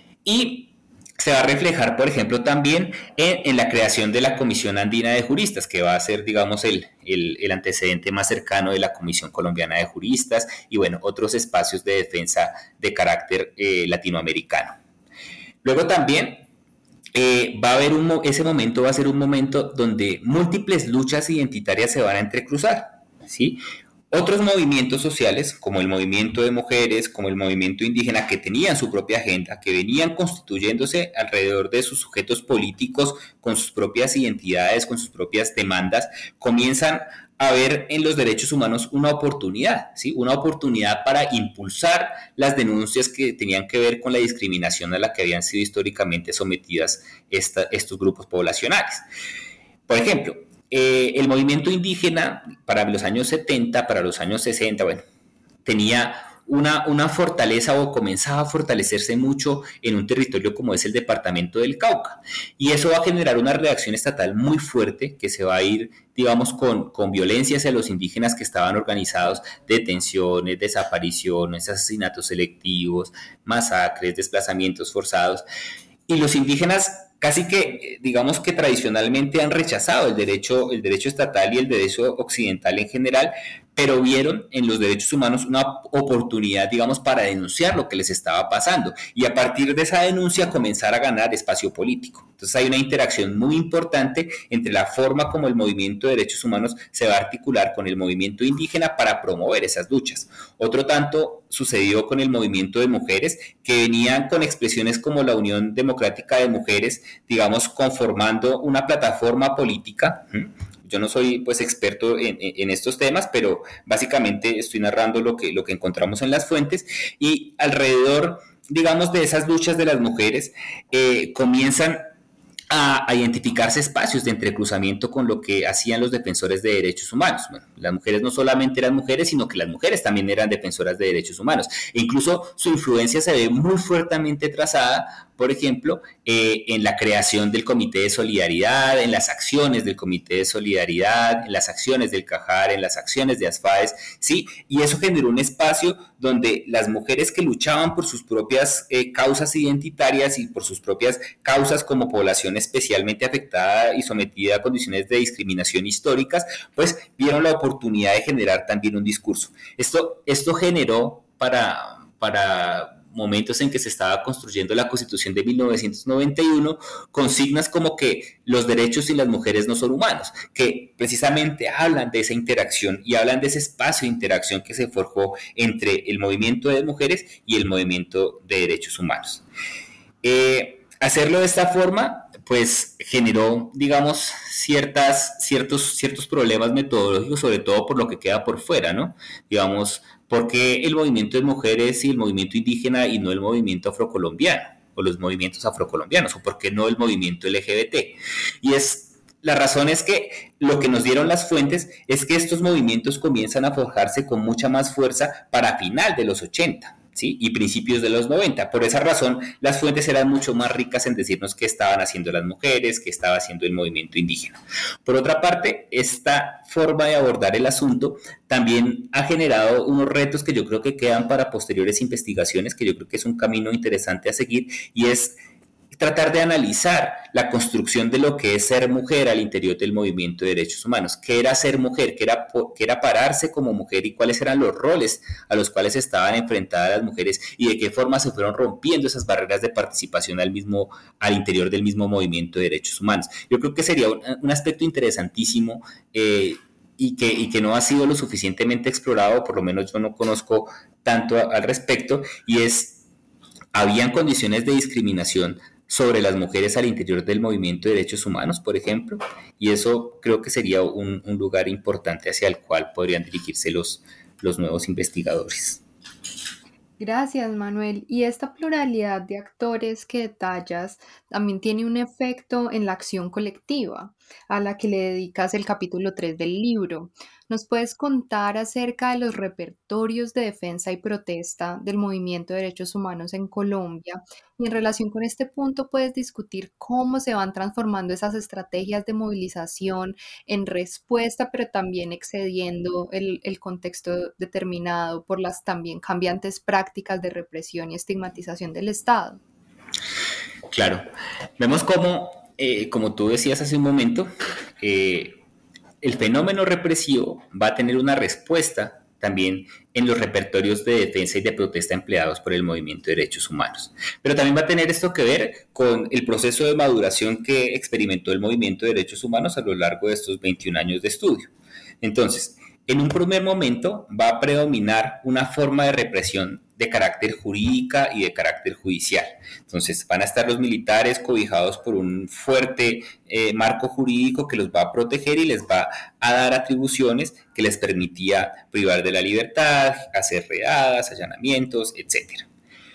y se va a reflejar, por ejemplo, también en, en la creación de la Comisión Andina de Juristas, que va a ser, digamos, el, el, el antecedente más cercano de la Comisión Colombiana de Juristas, y bueno, otros espacios de defensa de carácter eh, latinoamericano. Luego también eh, va a haber un, ese momento va a ser un momento donde múltiples luchas identitarias se van a entrecruzar, ¿sí? Otros movimientos sociales, como el movimiento de mujeres, como el movimiento indígena, que tenían su propia agenda, que venían constituyéndose alrededor de sus sujetos políticos, con sus propias identidades, con sus propias demandas, comienzan a ver en los derechos humanos una oportunidad, ¿sí? Una oportunidad para impulsar las denuncias que tenían que ver con la discriminación a la que habían sido históricamente sometidas esta, estos grupos poblacionales. Por ejemplo, Eh, el movimiento indígena para los años setenta, para los años sesenta, bueno, tenía una, una fortaleza, o comenzaba a fortalecerse mucho en un territorio como es el departamento del Cauca. Y eso va a generar una reacción estatal muy fuerte que se va a ir, digamos, con, con violencia hacia los indígenas que estaban organizados, detenciones, desapariciones, asesinatos selectivos, masacres, desplazamientos forzados. Y los indígenas casi que, digamos que tradicionalmente han rechazado el derecho, el derecho estatal y el derecho occidental en general, pero vieron en los derechos humanos una oportunidad, digamos, para denunciar lo que les estaba pasando y a partir de esa denuncia comenzar a ganar espacio político. Entonces hay una interacción muy importante entre la forma como el movimiento de derechos humanos se va a articular con el movimiento indígena para promover esas luchas. Otro tanto sucedió con el movimiento de mujeres, que venían con expresiones como la Unión Democrática de Mujeres, digamos, conformando una plataforma política. Yo no soy pues experto en, en estos temas, pero básicamente estoy narrando lo que, lo que encontramos en las fuentes y alrededor, digamos, de esas luchas de las mujeres eh, comienzan a, a identificarse espacios de entrecruzamiento con lo que hacían los defensores de derechos humanos. Bueno, las mujeres no solamente eran mujeres, sino que las mujeres también eran defensoras de derechos humanos. E incluso su influencia se ve muy fuertemente trazada, por ejemplo, eh, en la creación del Comité de Solidaridad, en las acciones del Comité de Solidaridad, en las acciones del CAJAR, en las acciones de ASFAES, ¿sí? Y eso generó un espacio donde las mujeres que luchaban por sus propias eh, causas identitarias y por sus propias causas como población especialmente afectada y sometida a condiciones de discriminación históricas, pues vieron la oportunidad de generar también un discurso. Esto, esto generó para... para momentos en que se estaba construyendo la Constitución de mil novecientos noventa y uno, consignas como que los derechos y las mujeres no son humanos, que precisamente hablan de esa interacción y hablan de ese espacio de interacción que se forjó entre el movimiento de mujeres y el movimiento de derechos humanos. Eh, hacerlo de esta forma, pues generó, digamos, ciertas, ciertos, ciertos problemas metodológicos, sobre todo por lo que queda por fuera, ¿no? Digamos, ¿por qué el movimiento de mujeres y el movimiento indígena y no el movimiento afrocolombiano o los movimientos afrocolombianos? ¿O por qué no el movimiento L G B T? Y es, la razón es que lo que nos dieron las fuentes es que estos movimientos comienzan a forjarse con mucha más fuerza para final de los ochenta, ¿sí? Y principios de los noventa. Por esa razón, las fuentes eran mucho más ricas en decirnos qué estaban haciendo las mujeres, qué estaba haciendo el movimiento indígena. Por otra parte, esta forma de abordar el asunto también ha generado unos retos que yo creo que quedan para posteriores investigaciones, que yo creo que es un camino interesante a seguir, y es tratar de analizar la construcción de lo que es ser mujer al interior del movimiento de derechos humanos. ¿Qué era ser mujer? ¿Qué era, qué era pararse como mujer? ¿Y cuáles eran los roles a los cuales estaban enfrentadas las mujeres? ¿Y de qué forma se fueron rompiendo esas barreras de participación al, mismo, al interior del mismo movimiento de derechos humanos? Yo creo que sería un, un aspecto interesantísimo eh, y, que, y que no ha sido lo suficientemente explorado, por lo menos yo no conozco tanto a, al respecto, y es, habían condiciones de discriminación sobre las mujeres al interior del movimiento de derechos humanos, por ejemplo, y eso creo que sería un, un lugar importante hacia el cual podrían dirigirse los, los nuevos investigadores. Gracias, Manuel. Y esta pluralidad de actores que detallas también tiene un efecto en la acción colectiva, a la que le dedicas el capítulo tres del libro. ¿Nos puedes contar acerca de los repertorios de defensa y protesta del movimiento de derechos humanos en Colombia? Y en relación con este punto, puedes discutir cómo se van transformando esas estrategias de movilización en respuesta, pero también excediendo el, el contexto determinado por las también cambiantes prácticas de represión y estigmatización del Estado. Claro. Vemos cómo, eh, como tú decías hace un momento, eh, el fenómeno represivo va a tener una respuesta también en los repertorios de defensa y de protesta empleados por el movimiento de derechos humanos. Pero también va a tener esto que ver con el proceso de maduración que experimentó el movimiento de derechos humanos a lo largo de estos veintiún años de estudio. Entonces, en un primer momento va a predominar una forma de represión de carácter jurídica y de carácter judicial. Entonces van a estar los militares cobijados por un fuerte eh, marco jurídico que los va a proteger y les va a dar atribuciones que les permitía privar de la libertad, hacer redadas, allanamientos, etcétera.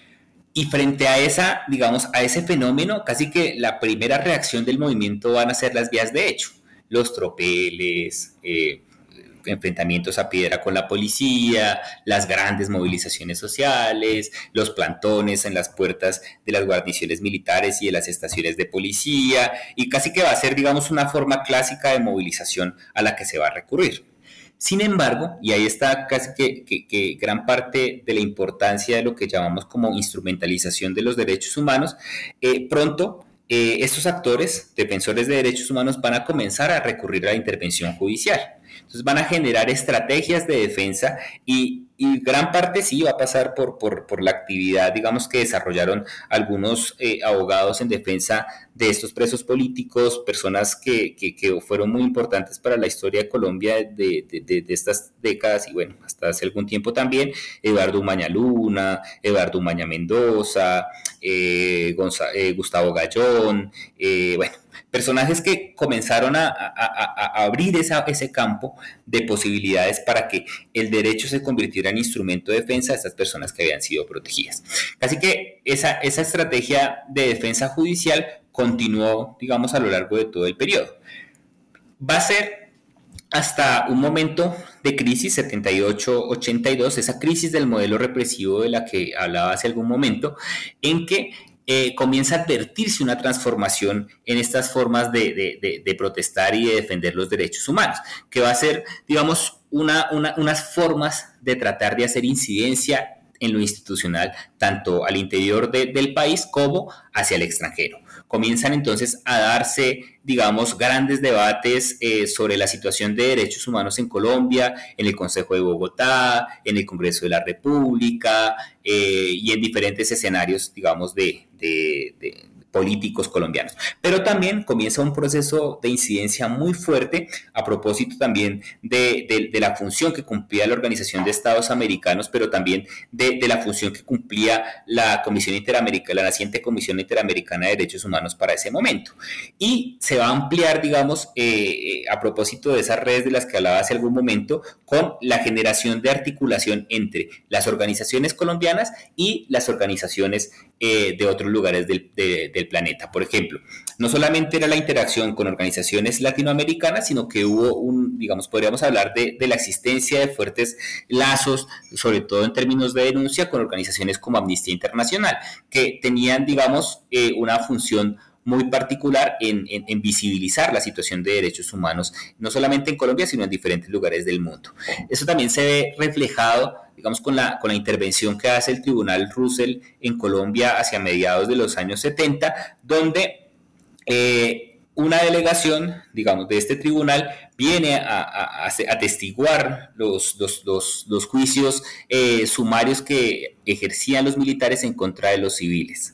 Y frente a esa, digamos, a ese fenómeno, casi que la primera reacción del movimiento van a ser las vías de hecho, los tropeles, eh, enfrentamientos a piedra con la policía, las grandes movilizaciones sociales, los plantones en las puertas de las guarniciones militares y de las estaciones de policía, y casi que va a ser, digamos, una forma clásica de movilización a la que se va a recurrir. Sin embargo, y ahí está casi que, que, que gran parte de la importancia de lo que llamamos como instrumentalización de los derechos humanos, eh, pronto eh, estos actores, defensores de derechos humanos, van a comenzar a recurrir a la intervención judicial. Entonces van a generar estrategias de defensa y, y gran parte sí va a pasar por, por, por la actividad, digamos, que desarrollaron algunos eh, abogados en defensa de estos presos políticos, personas que, que, que fueron muy importantes para la historia de Colombia de, de, de, de estas décadas y bueno, hasta hace algún tiempo también. Eduardo Umaña Luna, Eduardo Umaña Mendoza, eh, Gonza, eh, Gustavo Gallón, eh, bueno, personajes que comenzaron a, a, a, a abrir esa, ese campo de posibilidades para que el derecho se convirtiera en instrumento de defensa de estas personas que habían sido protegidas. Así que esa, esa estrategia de defensa judicial continuó, digamos, a lo largo de todo el periodo. Va a ser hasta un momento de crisis, setenta y ocho ochenta y dos, esa crisis del modelo represivo de la que hablaba hace algún momento, en que Eh, comienza a advertirse una transformación en estas formas de, de, de, de protestar y de defender los derechos humanos, que va a ser, digamos, una, una, unas formas de tratar de hacer incidencia en lo institucional, tanto al interior de, del país como hacia el extranjero. Comienzan entonces a darse, digamos, grandes debates eh, sobre la situación de derechos humanos en Colombia, en el Consejo de Bogotá, en el Congreso de la República eh, y en diferentes escenarios, digamos, de, de, de políticos colombianos. Pero también comienza un proceso de incidencia muy fuerte a propósito también de, de, de la función que cumplía la Organización de Estados Americanos, pero también de, de la función que cumplía la Comisión Interamericana, la naciente Comisión Interamericana de Derechos Humanos para ese momento. Y se va a ampliar, digamos, eh, a propósito de esas redes de las que hablaba hace algún momento, con la generación de articulación entre las organizaciones colombianas y las organizaciones eh, de otros lugares del, de, del planeta. Por ejemplo, no solamente era la interacción con organizaciones latinoamericanas, sino que hubo un, digamos, podríamos hablar de, de la existencia de fuertes lazos, sobre todo en términos de denuncia, con organizaciones como Amnistía Internacional, que tenían, digamos, eh, una función muy particular en, en, en visibilizar la situación de derechos humanos, no solamente en Colombia, sino en diferentes lugares del mundo. Eso también se ve reflejado, digamos, con la, con la intervención que hace el Tribunal Russell en Colombia hacia mediados de los años setenta, donde eh, una delegación, digamos, de este tribunal viene a, a, a atestiguar los, los, los, los juicios eh, sumarios que ejercían los militares en contra de los civiles.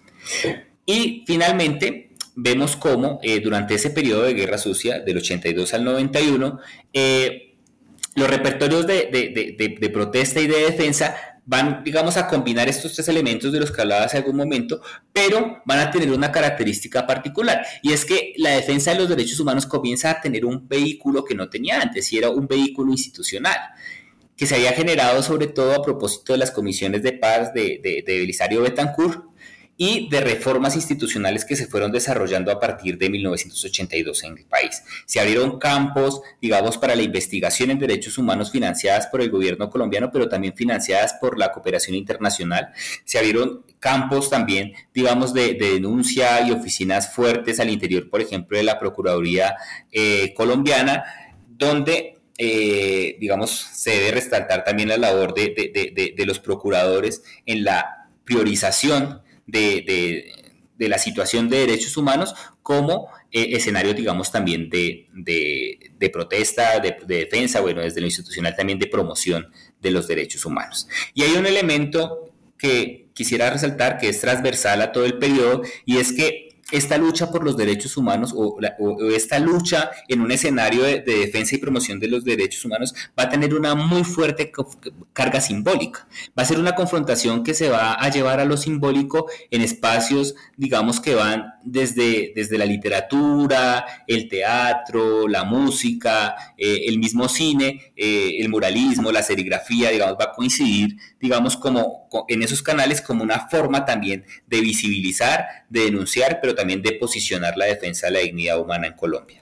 Y finalmente vemos cómo eh, durante ese periodo de guerra sucia, del ochenta y dos al noventa y uno, eh, los repertorios de, de, de, de protesta y de defensa van, digamos, a combinar estos tres elementos de los que hablaba hace algún momento, pero van a tener una característica particular, y es que la defensa de los derechos humanos comienza a tener un vehículo que no tenía antes, y era un vehículo institucional, que se había generado sobre todo a propósito de las comisiones de paz de, de, de Belisario Betancourt, y de reformas institucionales que se fueron desarrollando a partir de mil novecientos ochenta y dos en el país. Se abrieron campos, digamos, para la investigación en derechos humanos financiadas por el gobierno colombiano, pero también financiadas por la cooperación internacional. Se abrieron campos también, digamos, de, de denuncia y oficinas fuertes al interior, por ejemplo, de la Procuraduría eh, colombiana, donde eh, digamos, se debe resaltar también la labor de, de, de, de los procuradores en la priorización De, de, de la situación de derechos humanos como eh, escenario, digamos, también de, de, de protesta, de, de defensa, bueno, desde lo institucional también de promoción de los derechos humanos. Y hay un elemento que quisiera resaltar que es transversal a todo el periodo, y es que esta lucha por los derechos humanos o, la, o, o esta lucha en un escenario de, de defensa y promoción de los derechos humanos va a tener una muy fuerte carga simbólica. Va a ser una confrontación que se va a llevar a lo simbólico en espacios, digamos, que van desde, desde la literatura, el teatro, la música, eh, el mismo cine, eh, el muralismo, la serigrafía, digamos, va a coincidir, digamos, como en esos canales como una forma también de visibilizar, de denunciar, pero también de posicionar la defensa de la dignidad humana en Colombia.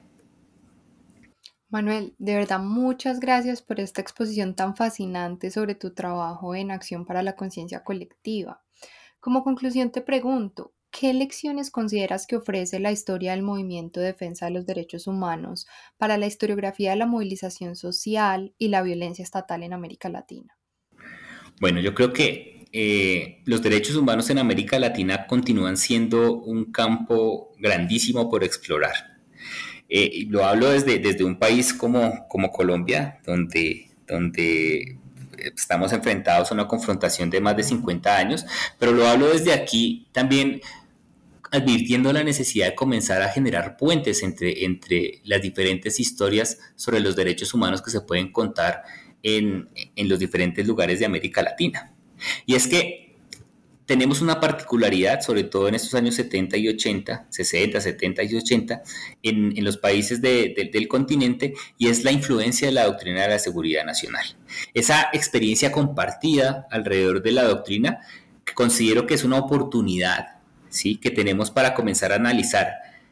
Manuel, de verdad muchas gracias por esta exposición tan fascinante sobre tu trabajo en Acción para la Conciencia Colectiva. Como conclusión te pregunto, ¿qué lecciones consideras que ofrece la historia del movimiento de defensa de los derechos humanos para la historiografía de la movilización social y la violencia estatal en América Latina? Bueno, yo creo que eh, los derechos humanos en América Latina continúan siendo un campo grandísimo por explorar. Eh, lo hablo desde, desde un país como, como Colombia, donde, donde estamos enfrentados a una confrontación de más de cincuenta años, pero lo hablo desde aquí también advirtiendo la necesidad de comenzar a generar puentes entre, entre las diferentes historias sobre los derechos humanos que se pueden contar en, en los diferentes lugares de América Latina. Y es que tenemos una particularidad, sobre todo en estos años setenta y ochenta, sesenta, setenta y ochenta, en, en los países de, de, del continente, y es la influencia de la doctrina de la seguridad nacional. Esa experiencia compartida alrededor de la doctrina, que considero que es una oportunidad, ¿sí?, que tenemos para comenzar a analizar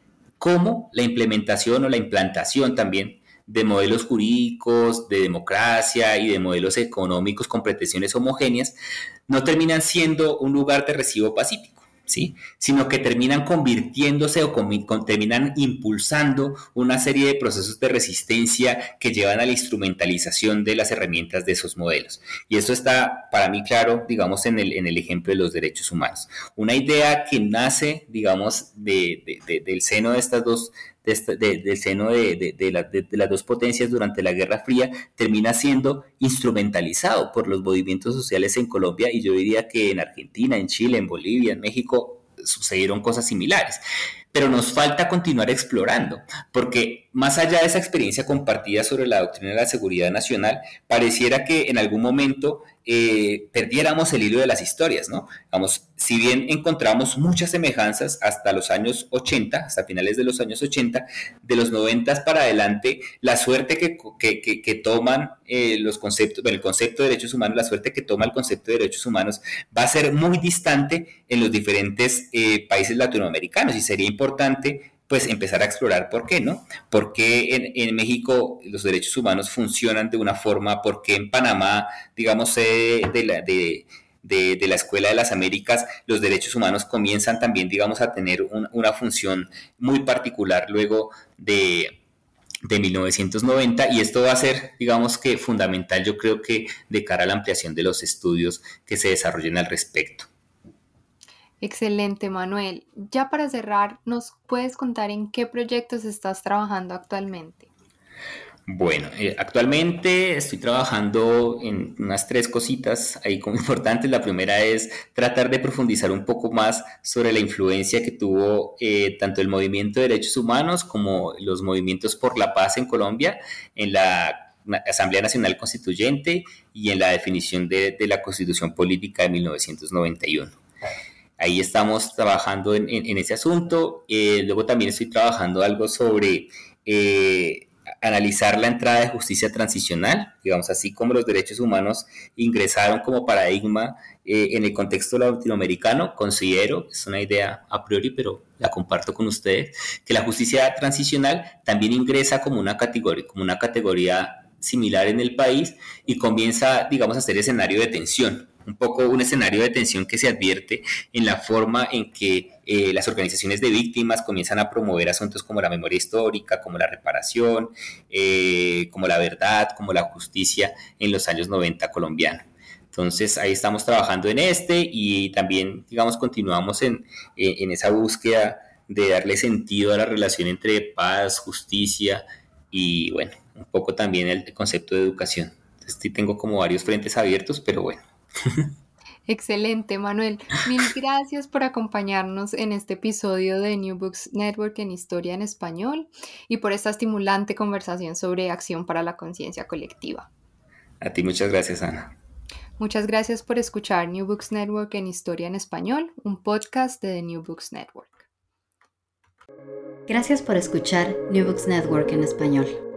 cómo la implementación o la implantación también de modelos jurídicos, de democracia y de modelos económicos con pretensiones homogéneas no terminan siendo un lugar de recibo pacífico, ¿sí?, sino que terminan convirtiéndose o con, con, terminan impulsando una serie de procesos de resistencia que llevan a la instrumentalización de las herramientas de esos modelos. Y eso está para mí claro, digamos, en el, en el ejemplo de los derechos humanos. Una idea que nace, digamos, de, de, de, del seno de estas dos De esta, de, del seno de, de, de, la, de, de las dos potencias durante la Guerra Fría, termina siendo instrumentalizado por los movimientos sociales en Colombia, y yo diría que en Argentina, en Chile, en Bolivia, en México sucedieron cosas similares. Pero nos falta continuar explorando, porque más allá de esa experiencia compartida sobre la doctrina de la seguridad nacional, pareciera que en algún momento eh, perdiéramos el hilo de las historias, ¿no? Vamos, si bien encontramos muchas semejanzas hasta los años ochenta, hasta finales de los años ochenta, de los noventa para adelante, la suerte que, que, que, que toman eh, los conceptos, bueno, el concepto de derechos humanos, la suerte que toma el concepto de derechos humanos va a ser muy distante en los diferentes eh, países latinoamericanos, y sería importante pues empezar a explorar por qué, ¿no? ¿Por qué en, en México los derechos humanos funcionan de una forma? ¿Por qué en Panamá, digamos, eh, de, la, de, de, de la Escuela de las Américas, los derechos humanos comienzan también, digamos, a tener un, una función muy particular luego de, de mil novecientos noventa? Y esto va a ser, digamos, que fundamental, yo creo que de cara a la ampliación de los estudios que se desarrollen al respecto. Excelente, Manuel. Ya para cerrar, ¿nos puedes contar en qué proyectos estás trabajando actualmente? Bueno, eh, actualmente estoy trabajando en unas tres cositas ahí como importantes. La primera es tratar de profundizar un poco más sobre la influencia que tuvo eh, tanto el movimiento de derechos humanos como los movimientos por la paz en Colombia en la Asamblea Nacional Constituyente y en la definición de, de la Constitución Política de mil novecientos noventa y uno. Ahí estamos trabajando en, en, en ese asunto. Eh, luego también estoy trabajando algo sobre eh, analizar la entrada de justicia transicional, digamos, así como los derechos humanos ingresaron como paradigma eh, en el contexto latinoamericano. Considero, es una idea a priori, pero la comparto con ustedes, que la justicia transicional también ingresa como una categoría, como una categoría similar en el país y comienza, digamos, a ser escenario de tensión. Un poco un escenario de tensión que se advierte en la forma en que eh, las organizaciones de víctimas comienzan a promover asuntos como la memoria histórica, como la reparación, eh, como la verdad, como la justicia en los años noventa colombianos. Entonces ahí estamos trabajando en este y también, digamos, continuamos en, en esa búsqueda de darle sentido a la relación entre paz, justicia y, bueno, un poco también el concepto de educación. Entonces sí tengo como varios frentes abiertos, pero bueno. Excelente, Manuel. Mil gracias por acompañarnos en este episodio de New Books Network en Historia en Español y por esta estimulante conversación sobre acción para la conciencia colectiva. A ti muchas gracias, Ana. Muchas gracias por escuchar New Books Network en Historia en Español, un podcast de The New Books Network. Gracias por escuchar New Books Network en Español.